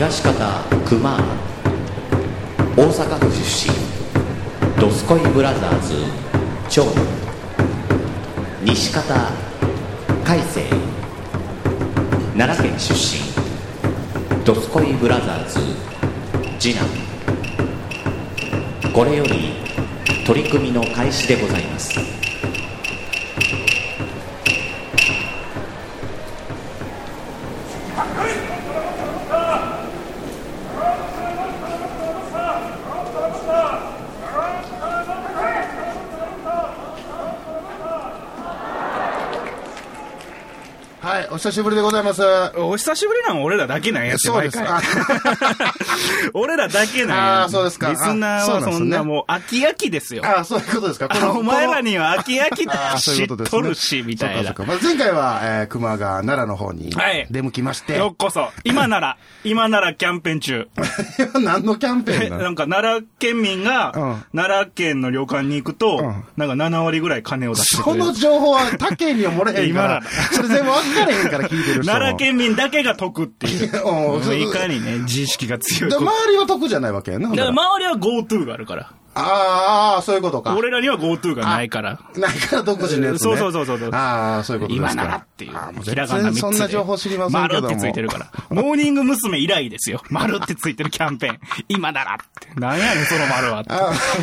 東方熊大阪府出身ドスコイブラザーズ長男、西方海星奈良県出身ドスコイブラザーズ次男。これより取り組みの開始でございます。 はい、お久しぶりでございます。 お久しぶりなの俺らだけなんやって、毎回。俺らだけなんや。 ああ、そうですか。 リスナーはそんなもう、秋々ですよ。 ああ、そういうことですか。 お前らには秋々知っとるし、みたいな。 前回は、熊が奈良の方に出向きまして。 よっこそ。今ならキャンペーン中。 何のキャンペーンなの？ なんか奈良県民が、奈良県の旅館に行くと、なんか7割ぐらい金を出してくれる。 その情報は他県には漏れへんから。それ全部分かれへんから聞いてる人。 奈良県民だけが得っていう。いかにね、自意識が強い。 周りは得じゃないわけやな。 だから周りは GoTo があるから。 ああ、そういうことか。 俺らには GoTo がないから。 ないから独自のやつね。 そう。 ああ、そういうことですか。 今ならっていう。 ひらがな3つで。そんな情報知りませんけども。 丸ってついてるから。モーニング娘。以来ですよ。丸ってついてるキャンペーン。今ならって。なんやねん、その丸はって。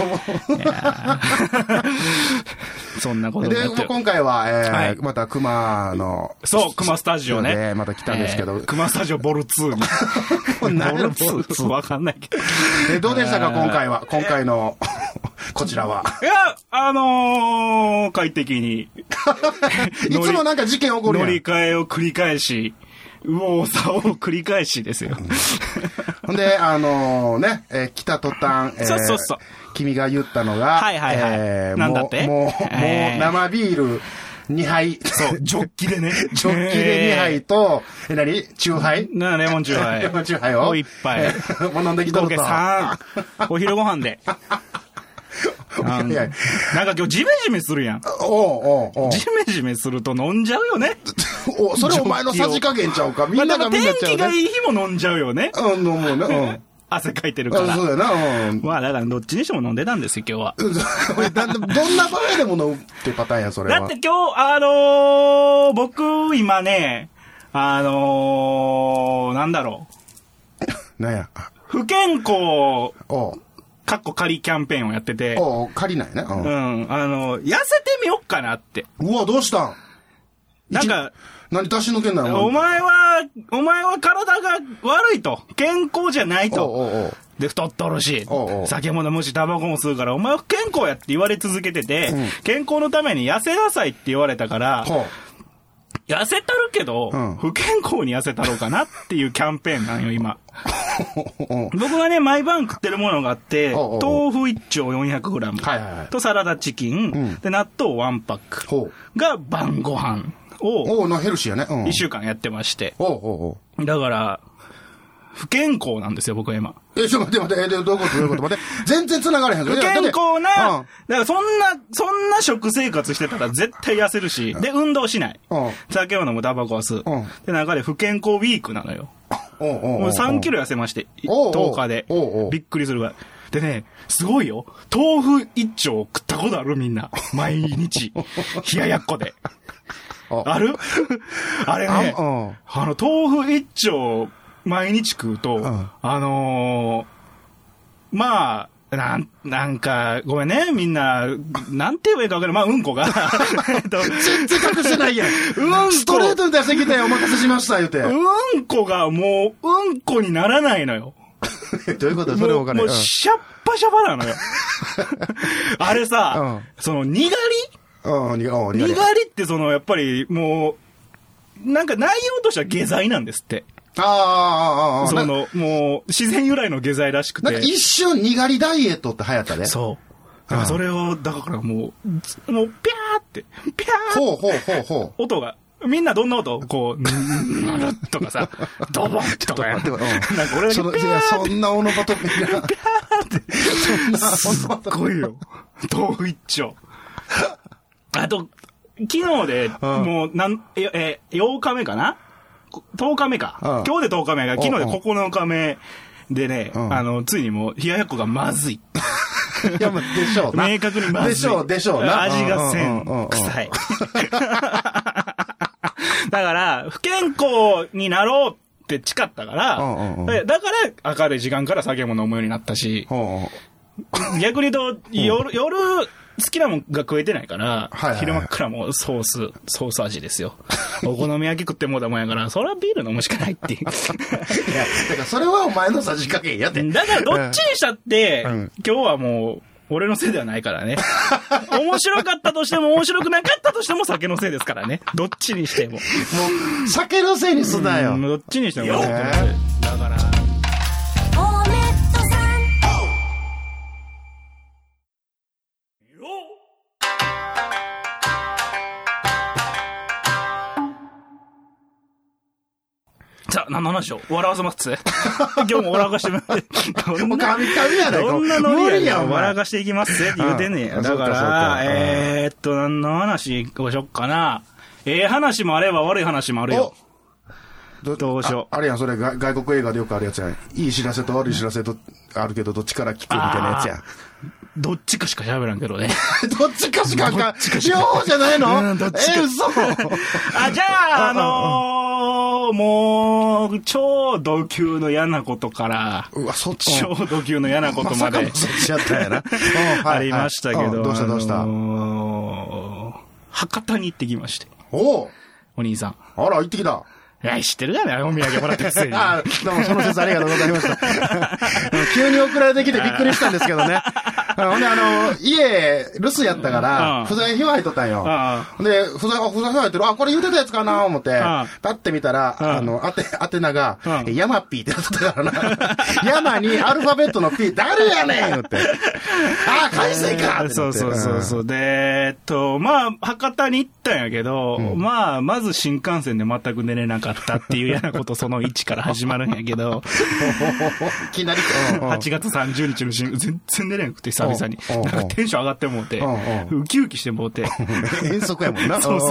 そんなことで、今回は、また熊の。 そう、熊スタジオね。 また来たんですけど。 熊スタジオボル2に。ボル2わかんないけど。 どうでしたか、今回は。今回の。こちらは。 いや、快適に。 いつもなんか事件起こるやん。 乗り換えを繰り返し、右往左往繰り返しですよ。 ほんで、来た途端、 そう。 君が言ったのが、 なんだってもう生ビール2杯。 そう、ジョッキでね。 ジョッキで2杯と、チューハイ？ レモンチューハイ。 レモンチューハイを 1杯。 もう飲んできとると。 合計3。お昼ご飯で。なんか今日ジメジメするやん。ジメジメすると飲んじゃうよね。 それお前のさじ加減ちゃうか。みんながみんなちゃうね。 天気がいい日も飲んじゃうよね。 飲むね。 汗かいてるから。 そうだな。 まあだからどっちにしても飲んでたんですよ、今日は。 どんな場合でも飲むってパターンや、それは。 だって今日、僕今ね、なんだろう。なんや。 不健康。かっこ仮キャンペーンをやってて。 仮なんやね。 痩せてみよっかなって。 うわ、どうしたん？ なんか、 何出し抜けんなの？ お前は体が悪いと。健康じゃないと。で、太っとるし、酒も飲むし、タバコも吸うから、お前は不健康やって言われ続けてて、健康のために痩せなさいって言われたから、痩せたるけど、不健康に痩せたろうかなっていうキャンペーンなんよ、今。僕がね、毎晩食ってるものがあって、豆腐1丁 400g とサラダチキン、で、納豆1パックが晩ご飯を、 ヘルシーやね。 1週間やってまして。だから、不健康なんですよ、僕は今。 ちょっと待って、どういうこと待って。全然繋がれへん。 不健康な、だからそんな食生活してたら絶対痩せるし、で、運動しない。酒を飲む、タバコは吸う。で、中で不健康ウィークなのよ。もう3キロ痩せまして、10日で。びっくりするぐらい。でね、すごいよ。豆腐1丁食ったことあるみんな。毎日。冷ややっこで。あるあれね、豆腐1丁、毎日食うと、まあ、なんか、ごめんね、みんな、なんて言えばいいか分かる。まあ、うんこが。 全然隠してないやん。ストレートに出してきたよ、お任せしました、言うて。 うんこがもう、うんこにならないのよ。 どういうことそれ分かる。 もう、シャッパシャパなのよ。あれさ、にがりってやっぱり、もう、なんか内容としては下剤なんですって。もう、自然由来の下剤らしくて。 なんか一瞬にがりダイエットって流行ったね。 そう。だからそれを、だからもう、ピャーって、ピャーって音が、みんなどんな音こう、なるとかさ、ドボンとか。なんか俺だけそんなオノバトペラ。ピャーって。すっごいよ。豆腐一丁。あと、昨日で、もう、8日目かな 10日目か。今日で10日目が、昨日で9日目でね、ついにもう、冷ややっこがまずい。 いや、まあ、でしょうな。 明確にまずい。 でしょうな。 味がせん、臭い。だから、不健康になろうって誓ったから、だから明るい時間から酒も飲むようになったし、逆に言うと、夜、好きなもんが食えてないから、昼間からもうソース味ですよ。お好み焼き食ってもうだもんやから、それはビール飲むしかないっていう。いや、 だからそれはお前のさじ加減やで。 だからどっちにしたって、今日はもう、俺のせいではないからね。面白かったとしても面白くなかったとしても酒のせいですからね。どっちにしても。もう、酒のせいにすなよ。 どっちにしても酒のせい。だから。さあ、何の話を笑わせます今日も笑かしてもらって。 もう神々やないか。 どんなノリや笑かしていきますって言うてんねんや。だから、何の話をしよっかな。話もあれば悪い話もあるよ。どうしよう。 あれやん、それ外国映画でよくあるやつやん。いい知らせと悪い知らせとあるけど、どっちから聞くみたいなやつやん。 どっちかしか喋らんけどね。 どっちかしかあかん。両方じゃないの？ どっちか。 嘘。 じゃあ、もう、超ド級の嫌なことから、超ド級の嫌なことまで、 そっちやったんやな。 ありましたけど、 どうした博多に行ってきまして。 お兄さん。 あら、行ってきた。 いや、知ってるじゃないお土産もらったくせに。 どうもその説ありがとうございました。急に送られてきてびっくりしたんですけどね。ほんで、家、留守やったから、不在票入っとったんよ。で、不在票入ってる。これ言うてたやつかな思って、パッて見たら、宛名が、ヤマピーってなってたからな。ヤマにアルファベットの P、誰やねんって。海水かって。 そう。で、まあ、博多に行ったんやけど、まあ、まず新幹線で全く寝れなかったっていう嫌なことその1から始まるんやけど、 いきなり 8月30日の全然寝れなくて久々に。なんかテンション上がってもうて、ウキウキしてもうて。 遠足やもんな。 そう。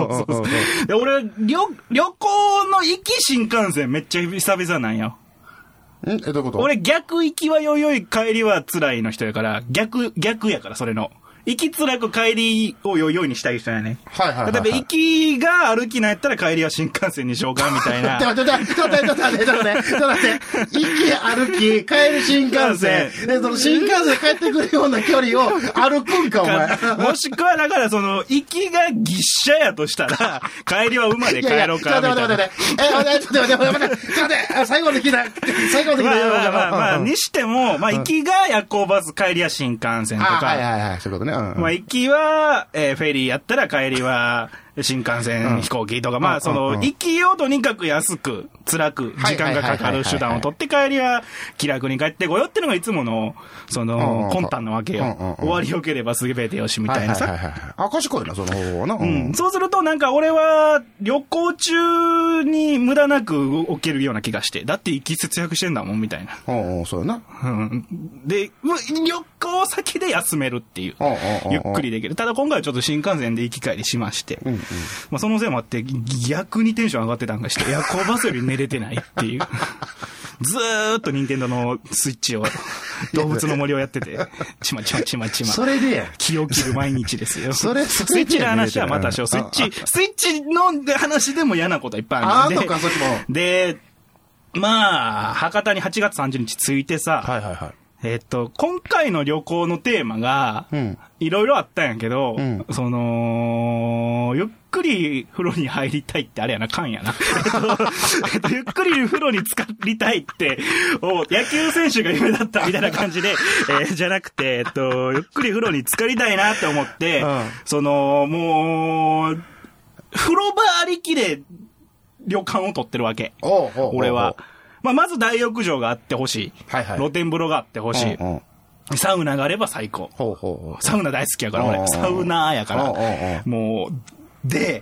で、俺、旅行の行き新幹線めっちゃ久々なんよ。 どういうこと？ 俺逆行きはよいよい帰りは辛いの人やから、逆やからそれの。行き辛く帰りをよいよいにしたい人やね。例えば行きが歩きなんやったら帰りは新幹線にしようかみたいな。ちょっと待って。行き歩き、帰り新幹線。で、その新幹線帰ってくるような距離を歩くんか、お前。 もしくは、だから行きがぎっしゃやとしたら、帰りは馬で帰ろうか、みたいな。 ちょっと待って。最後で聞いた。 まあ、にしても、まあ、行きが夜行バス、帰りは新幹線とか。 はい、そういうことね。 まあ、行きは、フェリーやったら帰りは、新幹線、飛行機とか、まあ、行きをとにかく安く、辛く、時間がかかる手段を取って帰りは、気楽に帰ってこよってのがいつもの、魂胆なわけよ。終わりよければすべてよし、みたいなさ。 賢いな、その方法はな。 そうすると、なんか俺は、旅行中に無駄なく動けるような気がして。だって行き節約してんだもん、みたいな。 そうやな。 で、旅行先で休めるっていう。ゆっくりできる。ただ今回はちょっと新幹線で行き帰りしまして。まあそのせいもあって逆にテンション上がってたんかして夜行バスより寝れてないっていうずーっと任天堂のスイッチを動物の森をやっててちまそれで気を切る毎日ですよ。 スイッチの話はまたしよう。スイッチの話でも嫌なこといっぱいあるんで。でまあ博多に8月30日着いてさ、今回の旅行のテーマが、いろいろあったんやけど、ゆっくり風呂に入りたいってあれやな、かんやな。ゆっくり風呂に浸かりたいって、野球選手が夢だったみたいな感じで、じゃなくて、ゆっくり風呂に浸かりたいなって思って、もう、風呂場ありきで旅館を取ってるわけ。俺は。まず大浴場があってほしい。露天風呂があってほしい。サウナがあれば最高。サウナ大好きやから、俺。サウナーやから。もう、で、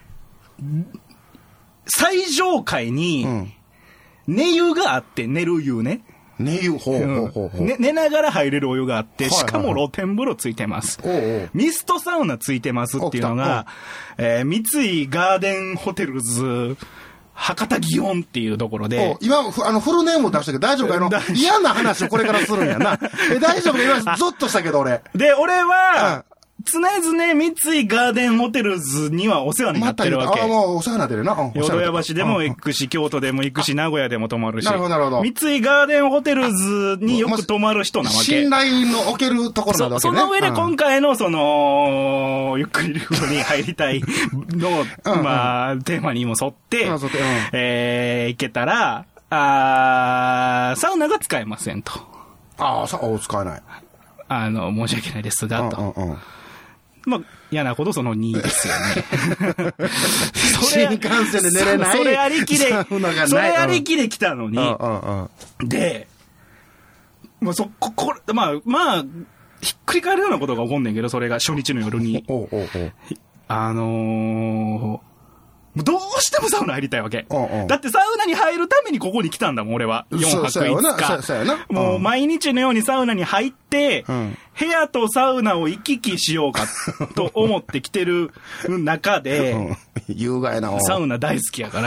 最上階に、寝湯があって、寝る湯ね。 寝湯、 寝ながら入れるお湯があって、しかも露天風呂ついてます。ミストサウナついてますっていうのが、三井ガーデンホテルズ、 博多祇園っていうところで。 今、フルネーム出したけど大丈夫か嫌な話をこれからするんやな。大丈夫か今、ゾッとしたけど俺。 で、俺は、常々三井ガーデンホテルズにはお世話になってるわけ。 もうお世話になってるな。 淀屋橋でも行くし、京都でも行くし、名古屋でも泊まるし。 なるほど、なるほど。 三井ガーデンホテルズによく泊まる人なわけ。 信頼の置けるところなわけね。 その上で今回のゆっくりルートに入りたいの、まあ、テーマにも沿って、行けたら、サウナが使えませんと。 使えない。 申し訳ないですが、と。まあ、嫌なことその2ですよね。 新幹線で寝れない。 それありきで来たのに。で、まあ、ひっくり返るようなことが起こんねんけど、それが初日の夜に。どうしてもサウナ入りたいわけ。だってサウナに入るためにここに来たんだもん、俺は。4泊5日。もう毎日のようにサウナに入って、部屋とサウナを行き来しようかと思ってきてる中で、 有害なサウナ大好きやから、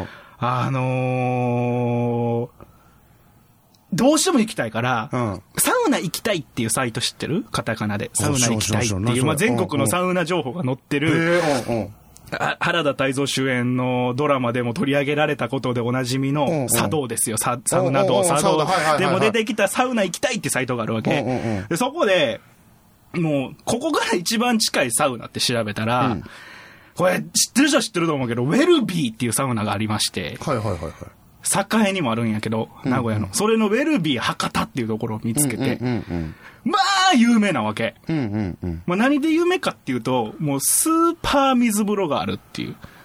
どうしても行きたいから、サウナ行きたいっていうサイト知ってる？カタカナで。サウナ行きたいっていう、全国のサウナ情報が載ってる、原田泰造主演のドラマでも取り上げられたことでおなじみの茶道ですよ。サウナ道、茶道でも出てきたサウナ行きたいってサイトがあるわけ。で、そこで、もう、ここから一番近いサウナって調べたら、これ知ってる人は知ってると思うけど、ウェルビーっていうサウナがありまして、栄にもあるんやけど、名古屋の。それのウェルビー博多っていうところを見つけて、まあ、有名なわけ。まあ、何で有名かっていうと、もうスーパー水風呂があるっていう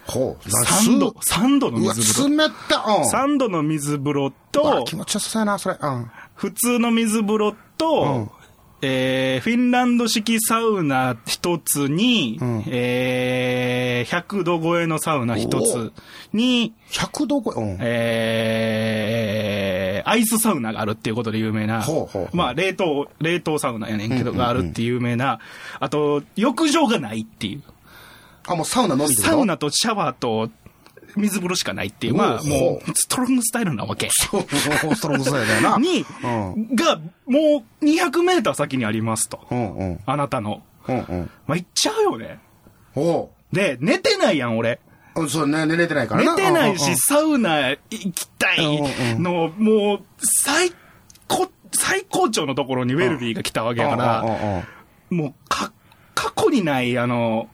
。3度の水風呂。3度の水風呂と、 気持ちよさそうやな、それ。 普通の水風呂と、フィンランド式サウナ一つに、100度超えのサウナ一つに、 100度超え、アイスサウナがあるっていうことで有名な、まあ冷凍サウナやねんけどがあるっていう有名な、あと、浴場がないっていう。 もうサウナのみでサウナとシャワーと、水風呂しかないっていう、まあ、もう、ストロングスタイルなわけ。 ストロングスタイルだよな。 が、もう、200メーター先にありますと。あなたの。まあ、行っちゃうよね。で、寝てないやん、俺。 そうね、寝れてないからな。 寝てないし、サウナ行きたいの、もう、最高潮のところにウェルビーが来たわけやから、もう、過去にない、何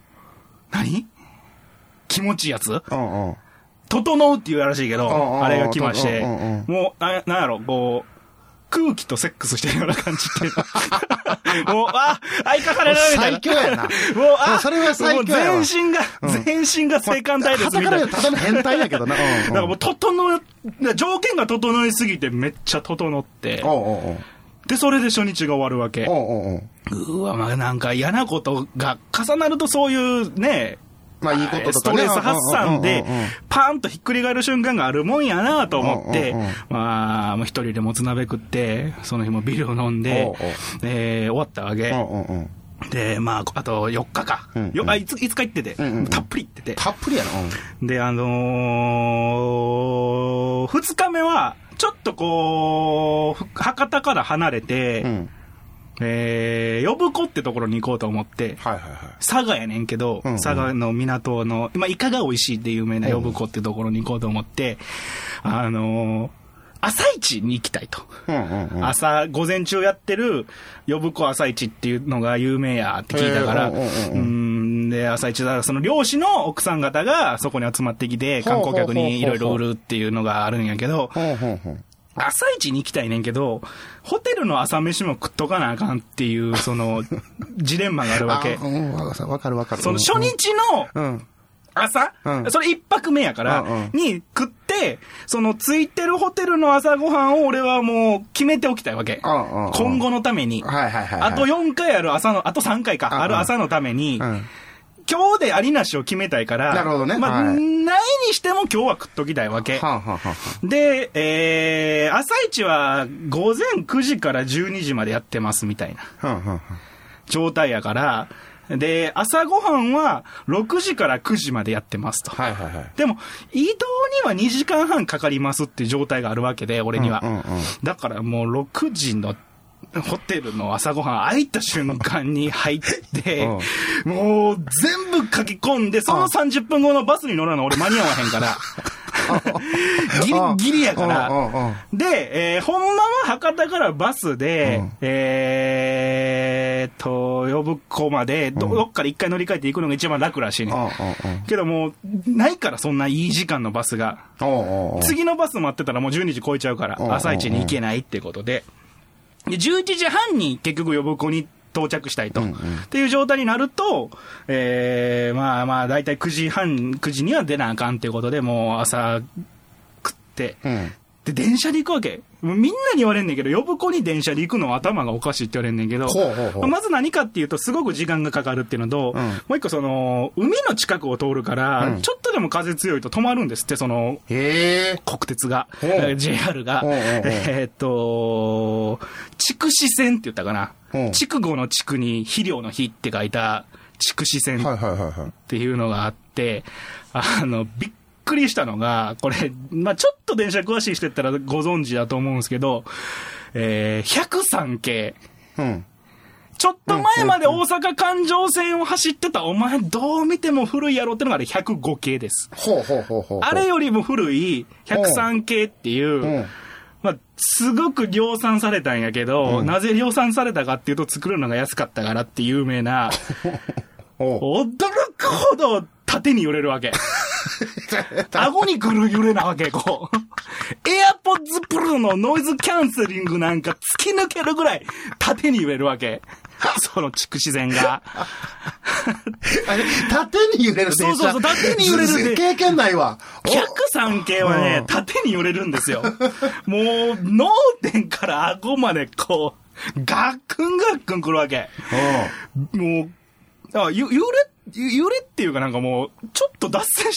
気持ちいいやつ整うって言うらしいけど、あれが来まして、もう、なんやろ、こう、空気とセックスしてるような感じっていう。もう、相重ねられた。 最強やな。もう、それは最強やわ。 全身が性感帯ですみたいな。 ただの変態やけどな。 だからもう、条件が整いすぎてめっちゃ整って、で、それで初日が終わるわけ。まあなんか嫌なことが重なるとそういうね、 まあいいこととかね。 ストレス発散で、パーンとひっくり返る瞬間があるもんやなと思って、まあ、もう一人でもつ鍋食って、その日もビールを飲んで、終わったわけ。で、まあ、あと4日か。5日行ってて、たっぷり行ってて。 たっぷりやな。 で、2日目は、ちょっとこう、博多から離れて、呼子ってところに行こうと思って、佐賀やねんけど、佐賀の港の、まあ、イカが美味しいって有名な呼子ってところに行こうと思って、朝市に行きたいと。午前中やってる呼子朝市っていうのが有名やって聞いたから、で、朝市だ、その漁師の奥さん方がそこに集まってきて、観光客にいろいろ売るっていうのがあるんやけど、朝一に行きたいねんけど、ホテルの朝飯も食っとかなあかんっていう、その、ジレンマがあるわけ。 わかる。 その初日の朝、それ一泊目やから、に食って、そのついてるホテルの朝ごはんを俺はもう決めておきたいわけ。今後のために。あと4回ある朝の、あと3回か、ある朝のために、今日でありなしを決めたいから、 なるほどね。 まあ、ないにしても今日は食っときたいわけ。で、朝一は午前9時から12時までやってますみたいな状態やから、 で、朝ごはんは6時から9時までやってますと。 はいはいはい。 でも、移動には2時間半かかりますっていう状態があるわけで、俺には。だからもう6時のホテルの朝ごはん開いた瞬間に入って、もう全部書き込んで、その30分後のバスに乗るの俺間に合わへんから。ギリギリやから。で、ほんまは博多からバスで、呼子までどっから一回乗り換えて行くのが一番楽らしいね。けどもう、ないからそんないい時間のバスが。次のバス待ってたらもう12時超えちゃうから、朝一に行けないってことで。11時半に結局呼子に到着したいと。っていう状態になると、まあだいたい9時には出なあかんっていうことで、もう朝食って、で、電車で行くわけ。みんなに言われんねんけど、呼子に電車で行くのは頭がおかしいって言われんねんけど、まず何かっていうと、すごく時間がかかるっていうのと、もう一個海の近くを通るから、ちょっとでも風強いと止まるんですって、国鉄が、JR が、筑紫線って言ったかな。筑後の地区に肥料の肥って書いた筑紫線っていうのがあって、びっくりしたのが、これ、ちょっと電車詳しい人やったらご存知だと思うんですけど、103系。ちょっと前まで大阪環状線を走ってたお前どう見ても古いやろってのがあれ105系です。あれよりも古い103系っていう、すごく量産されたんやけど、なぜ量産されたかっていうと作るのが安かったからって有名な、驚くほど縦に揺れるわけ。顎に来る揺れなわけ、こう。AirPods Pro のノイズキャンセリングなんか突き抜けるぐらい縦に揺れるわけ。その筑紫線が。 縦に揺れる電車。 そう、縦に揺れるで。 経験ないわ。 103系はね、縦に揺れるんですよ。もう、脳天から顎までこう、ガックンガックン来るわけ。もう、揺れっていうかなんかもう、ちょっと脱線して、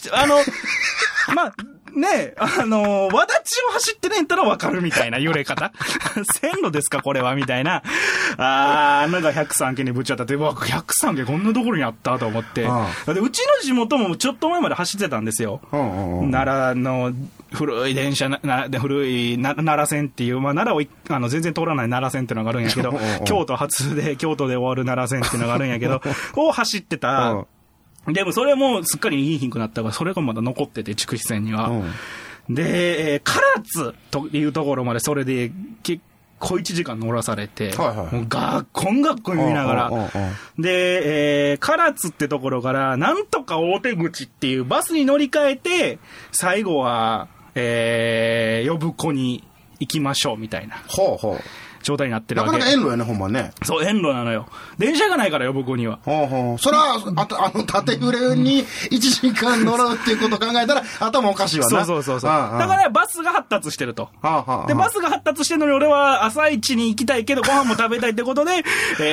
ね、わだちを走ってねえんたらわかるみたいな揺れ方線路ですかこれはみたいな。なんか103系にぶち当たって、103系こんなところにあったと思って。で、うちの地元もちょっと前まで走ってたんですよ。奈良の古い電車、古い奈良線っていう、奈良を全然通らない奈良線っていうのがあるんやけど、京都発で、京都で終わる奈良線っていうのがあるんやけど、を走ってた、でもそれもすっかりいい品くなったから、それがまだ残ってて、筑紫線には。で、唐津というところまでそれで結構1時間乗らされて、もうガッコンガッコン見ながら。で、唐津ってところから、なんとか大手口っていうバスに乗り換えて、最後は、呼子に行きましょうみたいな。状態になってるわけ。 なかなか遠路やね、ほんまね。 そう、遠路なのよ。電車がないから、呼子には。 それは、縦揺れに1時間乗るっていうことを考えたら、頭おかしいわな。 そう。だから、バスが発達してると。で、バスが発達してるのに、俺は朝一に行きたいけど、ご飯も食べたいってことで、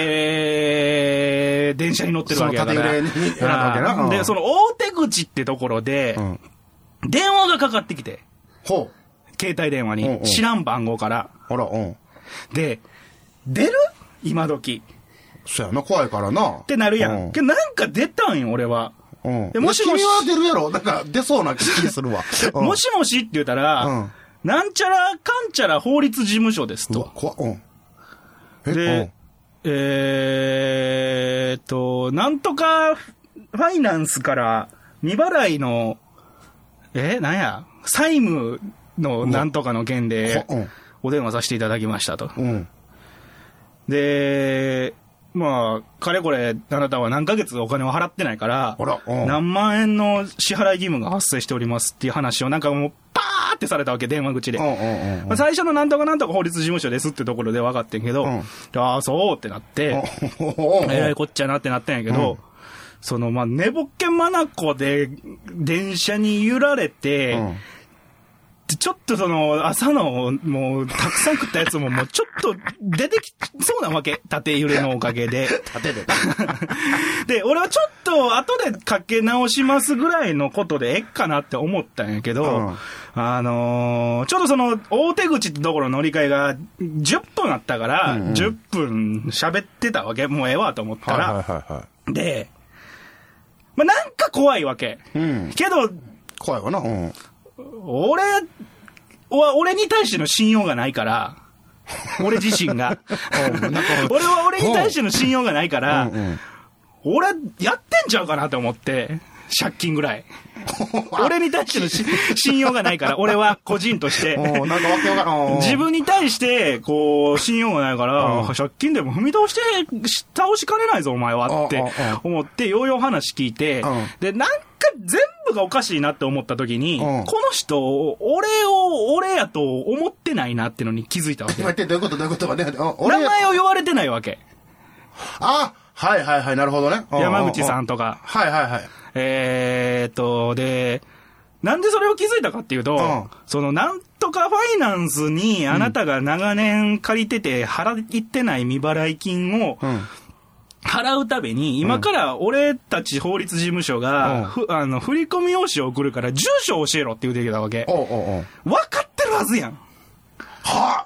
電車に乗ってるわけだから。 縦揺れに選んだわけな。 で、その大手口ってところで、電話がかかってきて。携帯電話に。知らん番号から。で、出る今時。 そうやな、怖いからな。 ってなるやん。けどなんか出たんよ、俺は。 でもしもし。君は出るやろ。なんか出そうな気するわ。 もしもしって言ったら、なんちゃらかんちゃら法律事務所ですと。で、なんとかファイナンスから未払いの、なんや、債務のなんとかの件で、お電話させていただきましたと。で、かれこれ、あなたは何ヶ月お金を払ってないから、何万円の支払い義務が発生しておりますっていう話をなんかもう、パーってされたわけ、電話口で。最初のなんとかなんとか法律事務所ですってところで分かってんけど、そうってなって、こっちゃなってなったんやけど、寝ぼっけまなこで電車に揺られて、ちょっと朝の、もう、たくさん食ったやつも、もう、ちょっと、出てきそうなわけ。縦揺れのおかげで。 縦で。 で、俺はちょっと、後でかけ直しますぐらいのことで、っかなって思ったんやけど、ちょっと大手口ってところの乗り換えが、10分あったから、10分喋ってたわけ。もうええわと思ったら、 で、まあ、なんか怖いわけ。 うん。 けど、 怖いわな。うん。 俺に対しての信用がないから、俺自身が。俺は俺に対しての信用がないから、俺やってんちゃうかなと思って、借金ぐらい。俺に対しての信用がないから、俺は個人として。自分に対して、こう、信用がないから、借金でも踏み倒しかねないぞ、お前はって思って、ようよう話聞いて、で、なんか全部がおかしいなって思った時に、この人、俺やと思ってないなってのに気づいたわけ。 待って、どういうこと名前を言われてないわけ。 あ、はいはいはい、なるほどね。 山口さんとか。 はいはいはい。 で、なんでそれを気づいたかっていうと、そのなんとかファイナンスにあなたが長年借りてて払ってない未払い金を払うために、今から俺たち法律事務所が、振り込み用紙を送るから住所を教えろって言うてきたわけ。分かってるはずやん。 は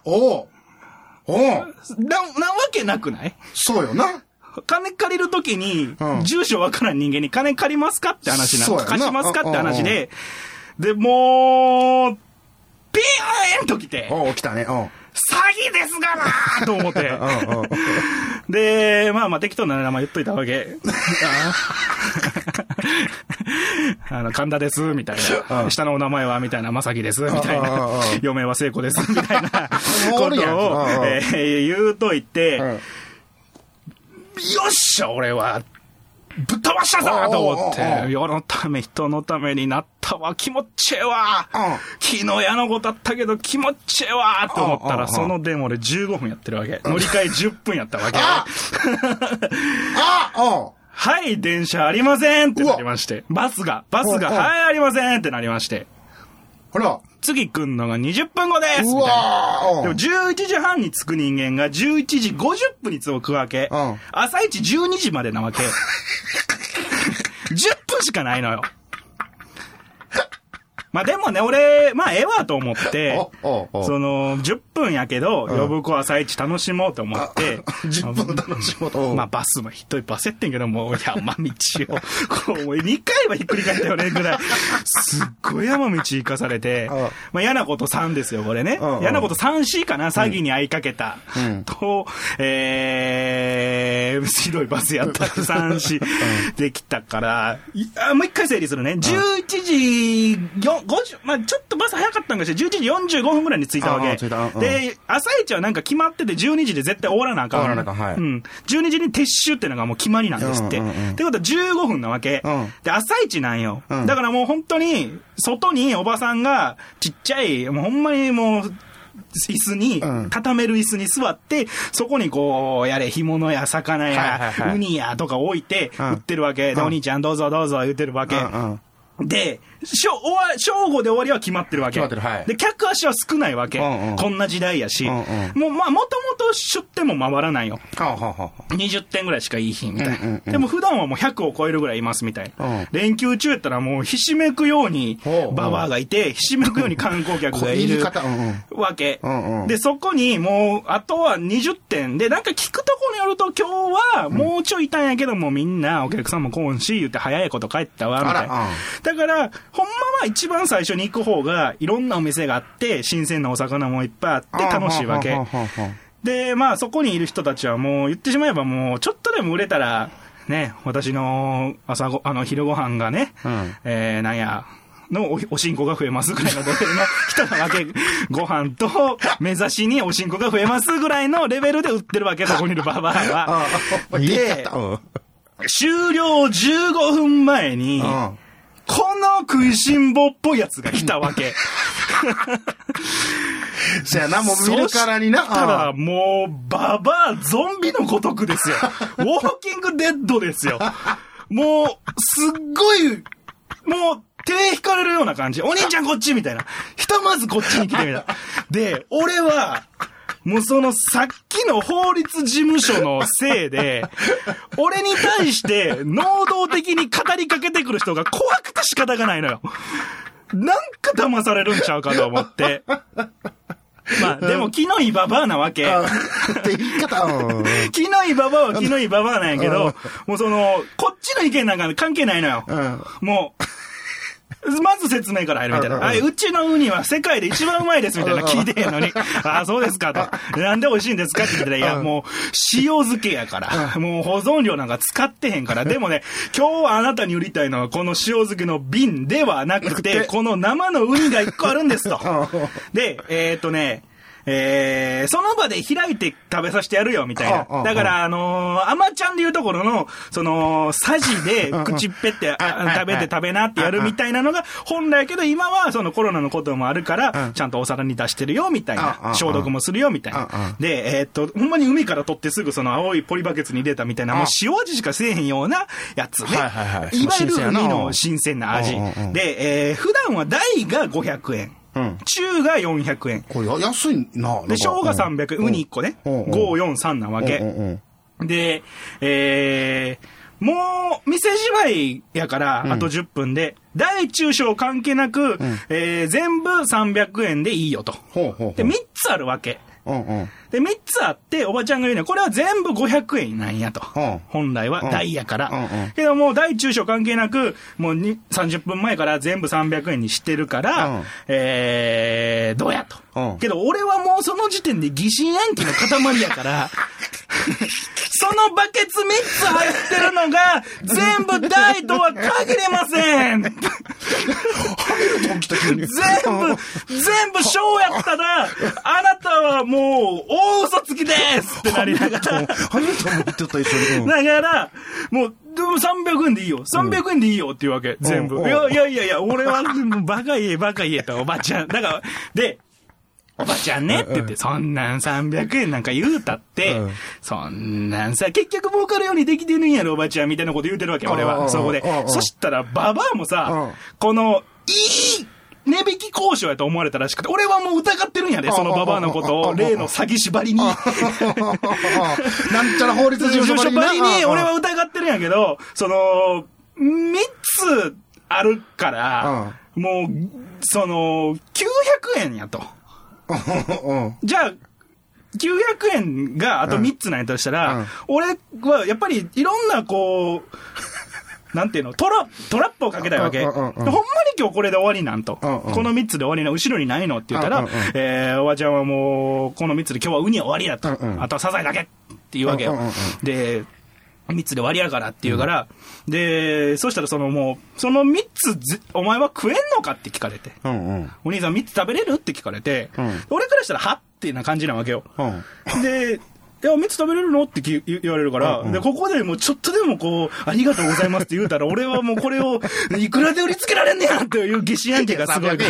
なわけなくない？ そうよな。 金借りるときに、住所わからん人間に金借りますかって話なの。貸しますかって話で、で、もう、ピーンと来て、 来たね。詐欺ですがなーと思って。で、まあ適当な名前言っといたわけ。神田です、みたいな。下のお名前は、みたいな、まさきです、みたいな。余命は聖子です、みたいなことを言うといて、よっしゃ、俺は、ぶっ飛ばしたぞと思って、世のため、人のためになったわ、気持ちええわ、昨日嫌なことあったけど気持ちええわと思ったら、そのデモで15分やってるわけ。乗り換え10分やったわけ。はい、電車ありませんってなりまして。バスが、はい、ありませんってなりまして。 ほら。 次来んのが20分後ですみたいな。でも11時半に着く人間が11時50分に着くわけ。朝一12時までなわけ。10分しかないのよ。まあでもね、俺、まあええわと思って、その、10分やけど、呼ぶ子朝一楽しもうと思って、 10分楽しもうと。 まあバスも一人バスやってんけども、山道を、こう、2回はひっくり返ったよね、ぐらい。すっごい山道行かされて、まあ嫌なこと3ですよ、これね。嫌なこと 3C かな、詐欺に遭いかけた。と、ひどいバスやった3C できたから、もう一回整理するね。11時50、まあちょっとバス早かったんかしら、11時45分ぐらいに着いたわけ。で、朝一はなんか決まってて12時で絶対終わらなあかん。12時に撤収っていうのがもう決まりなんですって。ってことは15分なわけ。で、朝一なんよ。だからもう本当に、外におばさんがちっちゃい、もうほんまにもう、椅子に、畳める椅子に座って、そこにこう、干物や魚や、ウニやとか置いて、売ってるわけ。で、お兄ちゃんどうぞどうぞ言ってるわけ。で、正午で終わりは決まってるわけ。で、客足は少ないわけ。こんな時代やし。もう、まあ、もともと出店も回らないよ。20店ぐらいしかいい日みたいな。でも普段はもう100を超えるぐらいいますみたいな。連休中やったらもうひしめくようにババアがいて、ひしめくように観光客がいるわけ。で、そこにもう、あとは20店で、なんか聞くとこによると今日はもうちょいいたんやけどもみんなお客さんも来んし、言って早いこと帰ったわ、みたいな。だから、ほんまは一番最初に行く方が、いろんなお店があって、新鮮なお魚もいっぱいあって楽しいわけ。で、まあそこにいる人たちはもう言ってしまえばもう、ちょっとでも売れたら、ね、私の昼ご飯がね、なんや、のおしんこが増えますぐらいのレベルの人なわけ。ご飯と目指しにおしんこが増えますぐらいのレベルで売ってるわけ、そこにいるババアは。で、終了15分前に、この食いしん坊っぽいやつが来たわけ。 そやな、もう見るからにな。 そしたら、もう、ババアゾンビのごとくですよ。ウォーキングデッドですよ。もう、すっごい、もう、手引かれるような感じ。お兄ちゃんこっちみたいな。ひとまずこっちに来てみたいな。で、俺は、もうそのさっきの法律事務所のせいで、俺に対して能動的に語りかけてくる人が怖くて仕方がないのよ。なんか騙されるんちゃうかと思って。 まあ、でも、気のいいババアなわけ。 って言い方、 気のいいババアは気のいいババアなんやけど、もうこっちの意見なんか関係ないのよ。もう、まず説明から入るみたいな。うちのウニは世界で一番うまいですみたいな聞いてへんのに、ああ、そうですかと。なんで美味しいんですかって聞いたら、いや、もう、塩漬けやから。もう保存料なんか使ってへんから。でもね、今日はあなたに売りたいのはこの塩漬けの瓶ではなくて、この生のウニが一個あるんですと。で、その場で開いて食べさせてやるよ、みたいな。だから、アマちゃんでいうところの、さじで口っぺって食べて食べなってやるみたいなのが本来やけど、今はそのコロナのこともあるから、ちゃんとお皿に出してるよ、みたいな。消毒もするよ、みたいな。で、ほんまに海から取ってすぐその青いポリバケツに入れたみたいな、もう塩味しかせえへんようなやつね。いわゆる海の新鮮な味。で、普段は大が500円。中が400円。 これ安いな。 で、小が300円。ウニ1個ね。5、4、3なわけ。で、もう、店じまいやから、あと10分で、大中小関係なく、全部300円でいいよと。で、3つあるわけ。で、3つあって、おばちゃんが言うには、これは全部500円なんやと。本来は大やから。けどもう大中小関係なく、もう30分前から全部300円にしてるから、どうやと。けど俺はもうその時点で疑心暗鬼の塊やから、そのバケツ3つ入ってるのが、全部大とは限れません。全部小やったら、あなたはもう大嘘つきですってなりながら。 初めて思ってた一緒に。 だから、もう、でも300円でいいよ。300円でいいよっていうわけ。全部。いや、俺はバカ言えと、おばちゃん。だから、で、おばちゃんねって言って、そんなん300円なんか言うたって、そんなんさ、結局儲かるようにできてるんやろ、おばちゃんみたいなこと言うてるわけ、俺は。そこで。そしたら、ババアもさ、この、いい値引き交渉やと思われたらしくて、俺はもう疑ってるんやで、そのババアのことを、例の詐欺縛りに。なんちゃら法律事務所縛りに、俺は疑ってるんやけど、3つあるから、もう、900円やと。じゃあ、900円があと3つなんやとしたら、俺はやっぱりいろんななんていうの、トラップをかけたいわけ。ほんまに今日これで終わりなんと。この3つで終わりな、後ろにないのって言ったら、おばちゃんはもう、この3つで今日はウニは終わりだと。あとはサザエだけっていうわけよ。で、3つで終わりやからって言うから、で、そしたらもう、その3つお前は食えんのかって聞かれて。お兄さん3つ食べれるって聞かれて、俺からしたらはっていうな感じなわけよ。で、いや、3つ食べれるのって言われるから、で、ここでもうちょっとでもありがとうございますって言うたら、俺はもうこれをいくらで売りつけられんねやっていう疑心暗鬼がすごいから。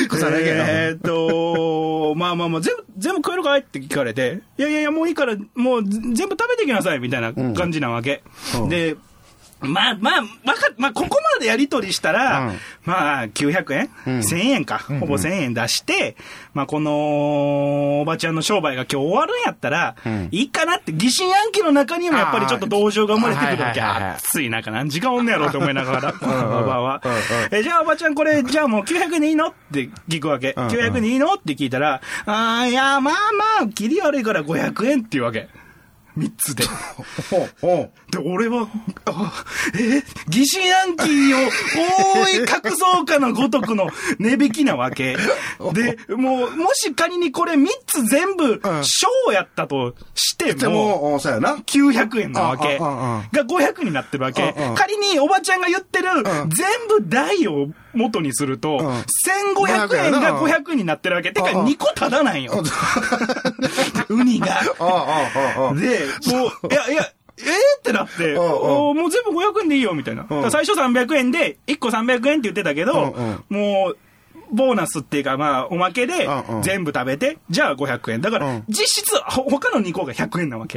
まあ、全部食えるかいって聞かれて、いや、もういいから、もう全部食べてきなさいみたいな感じなわけ。で、まあ、ここまでやり取りしたら、まあ、900円、1000円か。ほぼ1000円出して、まあ、この、おばちゃんの商売が今日終わるんやったら、いいかなって、疑心暗鬼の中にもやっぱりちょっと同情が生まれてくるわけ。暑い中何時間おんねやろうと思いながら、このおばは。じゃあおばちゃんこれ、じゃあもう900円でいいのって聞くわけ。900円でいいのって聞いたら、いや、まあ、切り悪いから500円っていうわけ。3つで。で、俺は、疑心暗鬼を覆い隠そうかのごとくの値引きなわけ。で、もし仮にこれ3つ全部、小やったとしても、900円なわけ。が500になってるわけ。仮におばちゃんが言ってる、全部大を元にすると、1500円が500になってるわけ。てか2個ただなんよ。ウニが。で、もう、ってなって、もう全部500円でいいよ、みたいな。最初300円で、1個300円って言ってたけど、もう、ボーナスっていうか、まあ、おまけで、全部食べて、じゃあ500円。だから、実質、他の2個が100円なわけ。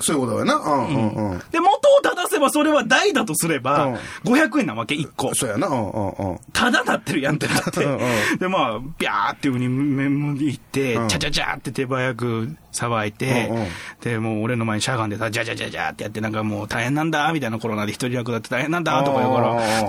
そういうことだよな。 で、元を正せばそれは代だとすれば、500円なわけ、1個。 そうやな。 ただなってるやんってなって。で、まあ、ビャーっていう風に面向いて、チャチャチャって手早く騒いて、で、もう俺の前にしゃがんでさ、ジャジャジャジャってやって、なんかもう大変なんだ、みたいなコロナで一人役だって大変なんだ、とか言うから、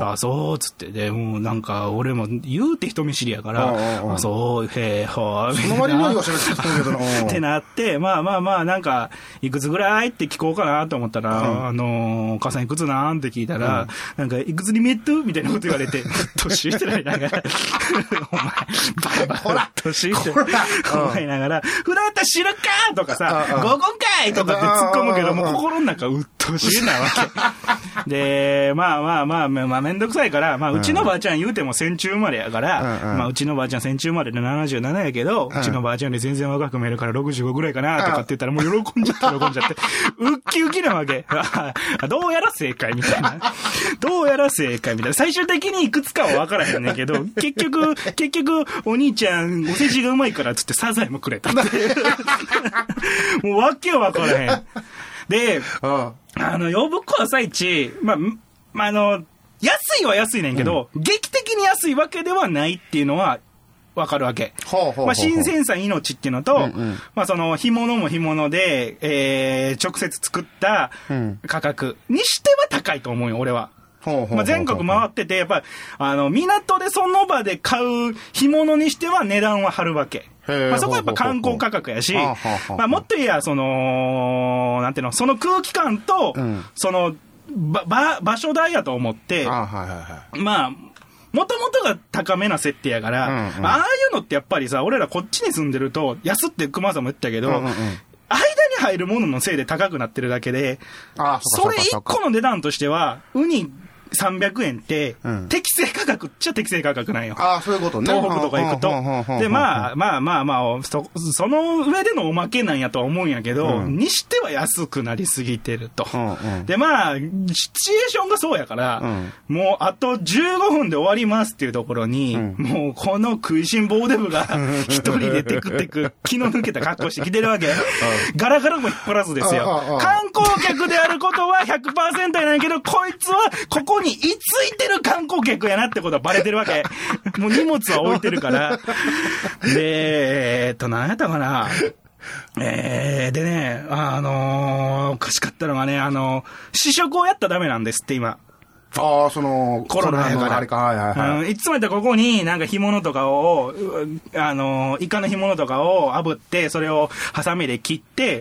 あ、そう、つって。で、もうなんか、俺も言うて人見知りやから、あ、そう、へえ、ほー、みたいな。 その割には言わせるってなって、まあ、なんか、いくつぐらいって聞こうかなと思ったら、お母さんいくつなんって聞いたら、なんか、いくつに見えっとみたいなこと言われて、年してないながら、お前、バラバラ、年して思いながら、普段やったら知るかとかさ、合コンかいとかって突っ込むけど、もう心の中うっとうしいなわけ。で、まあ、めんどくさいから、まあ、うちのばあちゃん言うても戦中生まれやから、まあ、うちのばあちゃん戦中生まれで77やけど、うちのばあちゃんより全然若く見えるから65ぐらいかなとかって言ったら、もう喜んじゃって、うっきうきなわけ。どうやら正解みたいな。どうやら正解みたいな。最終的にいくつかは分からへんねんけど、結局、お兄ちゃん、お世辞がうまいからっつってサザエもくれたっていう。もうわけわからへん。で、呼ぶ子朝市、安いは安いねんけど、劇的に安いわけではないっていうのは、わかるわけ。新鮮さ命っていうのと、まあその、干物も干物で、直接作った価格にしては高いと思うよ、俺は。まあ全国回ってて、やっぱり、港でその場で買う干物にしては値段は張るわけ。まあそこはやっぱ観光価格やし、まあもっと言えば、その、なんていうの、その空気感と、その、場所代やと思って、まあ、もともとが高めな設定やから、ああいうのってやっぱりさ、俺らこっちに住んでると、安って熊さんも言ったけど、間に入るもののせいで高くなってるだけで、それ1個の値段としては、ウニ300円って、適正価格っちゃ適正価格なんよ。 そういうことね。 東北とか行くと。で、まあ、その上でのおまけなんやとは思うんやけど、にしては安くなりすぎてると。で、まあ、シチュエーションがそうやから、もうあと15分で終わりますっていうところに、もうこの食いしん坊デブが一人でテクテク気の抜けた格好してきてるわけ。ガラガラも引っ張らずですよ。観光客であることは 100% やないけど、こいつはここに居ついてる観光客やなってことはバレてるわけ。もう荷物は置いてるから。で、何やったかな。でね、おかしかったのがね、試食をやったらダメなんですって今。 その、 コロナやから。 あれか、 いつもやったらここになんか干物とかを、イカの干物とかを炙って、それをハサミで切って、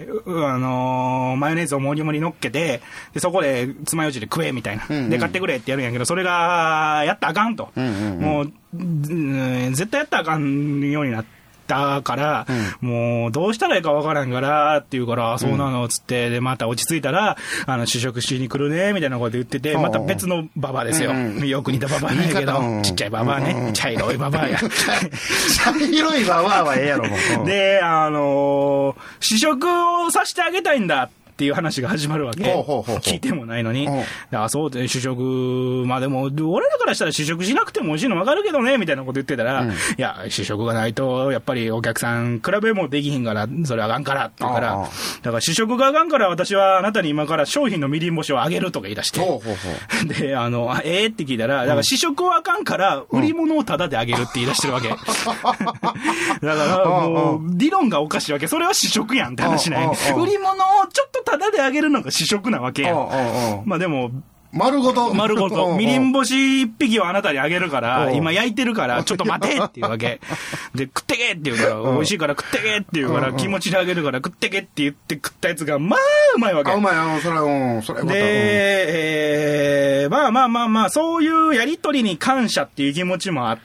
マヨネーズをもりもり乗っけて、で、そこで爪楊枝で食えみたいな。で、買ってくれってやるんやけど、それが、やったらあかんと。もう、絶対やったらあかんようになって。だから、もうどうしたらいいかわからんからって言うから、そうなのっつって、でまた落ち着いたら試食しに来るねみたいなこと言ってて、また別のババアですよ。よく似たババアなんやけど、ちっちゃいババアね、茶色いババアや。 茶色いババアはええやろもう。 で試食をさせてあげたいんだっていう話が始まるわけ。聞いてもないのに。そうで、試食、まあでも、俺らからしたら試食しなくても美味しいの分かるけどね、みたいなこと言ってたら、いや、試食がないと、やっぱりお客さん比べもできひんから、それあかんからって言うから、だから試食があかんから私はあなたに今から商品のみりん干しをあげるとか言い出して。で、って聞いたら、だから試食はあかんから、売り物をタダであげるって言い出してるわけ。だからもう、理論がおかしいわけ。それは試食やんって話ない。売り物をちょっとタダであげるのが試食なわけやん。まあでも、 丸ごと。 みりん干し一匹をあなたにあげるから、今焼いてるから、ちょっと待てって言うわけ。で、食ってけって言うから、美味しいから食ってけって言うから、気持ちであげるから食ってけって言って食ったやつが、まあ、うまいわけ。 うまい、それはで、まあ、そういうやりとりに感謝っていう気持ちもあって、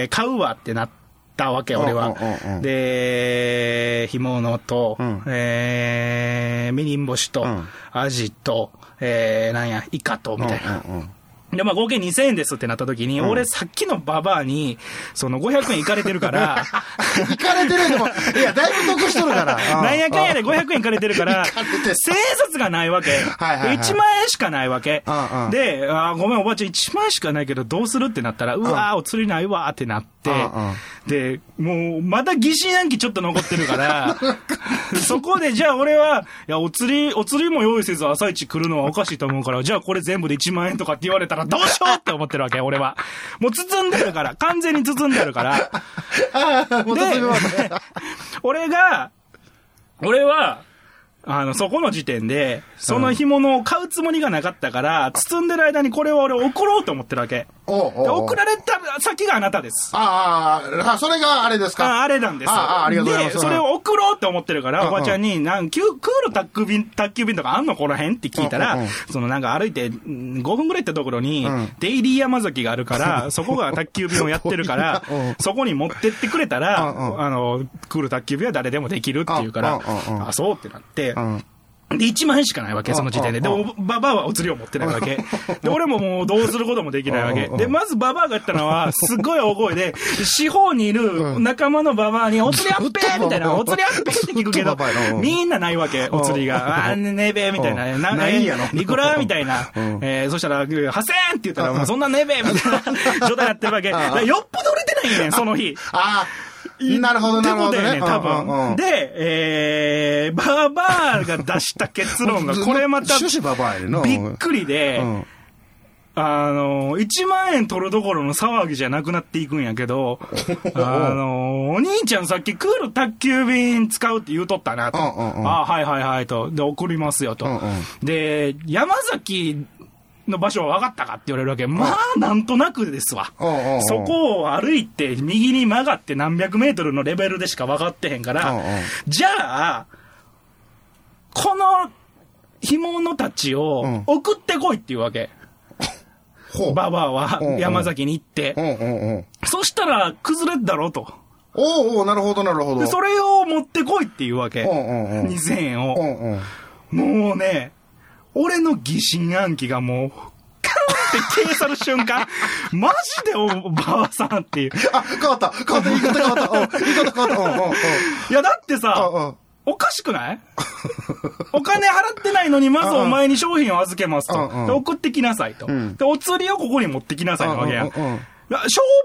買うわってなって、わけ俺は。で、干物と、みりん干しと、アジと、イカと、みたいな。で、まあ合計2000円ですってなった時に、俺さっきのババアに、その500円いかれてるから、 いかれてるでも、いや、だいぶ得しとるから。 なんやかんやで500円いかれてるから、千円札がないわけ。1万円しかないわけ。で、ごめんおばあちゃん1万円しかないけどどうするってなったら、うわー、お釣りないわーってなって、 、で、もう、まだ疑心暗鬼ちょっと残ってるから、そこで、じゃあ俺は、いや、お釣りも用意せず朝一来るのはおかしいと思うから、じゃあこれ全部で1万円とかって言われたらどうしようって思ってるわけ、俺は。もう包んでるから、完全に包んでるから。で、俺は、そこの時点で、その干物を買うつもりがなかったから、包んでる間にこれを俺送ろうと思ってるわけ。送られた先があなたです。 それがあれですか？ あれなんです。 ありがとうございます。 で、それを送ろうって思ってるから、おばちゃんに、クール宅急便とかあんのこの辺って聞いたら、なんか歩いて5分ぐらい行ったところに、デイリー山崎があるから、そこが宅急便をやってるから、そこに持ってってくれたら、クール宅急便は誰でもできるって言うから、そうってなって、で、1万円しかないわけ、その時点で。で、ババアはお釣りを持ってないわけ。で、俺ももうどうすることもできないわけ。で、まずババアが言ったのは、すごい大声で、四方にいる仲間のババアに、お釣りアッペーみたいな、お釣りアッペーって聞くけど、みんなないわけ、お釣りが。ねべーみたいな。 ないやろ。 いくらみたいな。そしたら、8000円って言ったら、もうそんなねべーみたいな状態になってるわけ。よっぽど売れてないねん、その日。 なるほど、なるほどね。 多分。で、ババアが出した結論が、これまた、びっくりで、1万円取るどころの騒ぎじゃなくなっていくんやけど、お兄ちゃんさっきクール宅急便使うって言うとったなと。はいはいはいと。で、送りますよと。で、山崎、の場所は分かったかって言われるわけ。まあ、なんとなくですわ。そこを歩いて、右に曲がって何百メートルのレベルでしか分かってへんから、じゃあ、この干物たちを送ってこいっていうわけ。ババアは山崎に行って。そしたら崩れるだろうと。 なるほどなるほど。 で、それを持ってこいっていうわけ。2000円を。もうね、俺の疑心暗鬼がもう、カンって消え去る瞬間、マジでおばあさんっていう。 変わった、言い方変わった。 いや、だってさ、おかしくないお金払ってないのに、まずお前に商品を預けますと。で、送ってきなさいと。で、お釣りをここに持ってきなさいのわけや。商売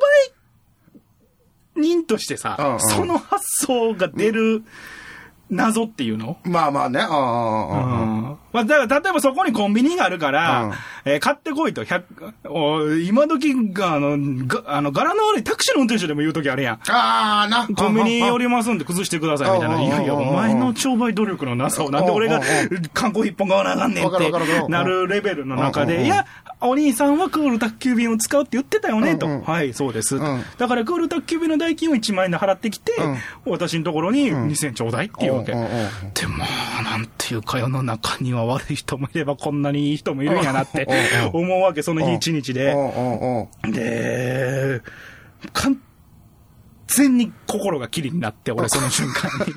人としてさ、その発想が出る、謎っていうの？ まあまあね。 まあ、だから、例えばそこにコンビニがあるから、買ってこいと。今時が、柄の悪いタクシーの運転手でも言うときあるやん。コンビニ寄りますんで崩してくださいみたいな。いやいや、お前の商売努力のなさを、なんで俺が観光一本買わなあかんねんってなるレベルの中で、いや、お兄さんはクール宅急便を使うって言ってたよね、と。はい、そうです。だからクール宅急便の代金を1万円で払ってきて、私のところに2000円ちょうだいっていうわけ。でも、なんていうか世の中には悪い人もいればこんなにいい人もいるんやなって思うわけ、その日一日で。で、完全に心がキリになって、俺その瞬間に。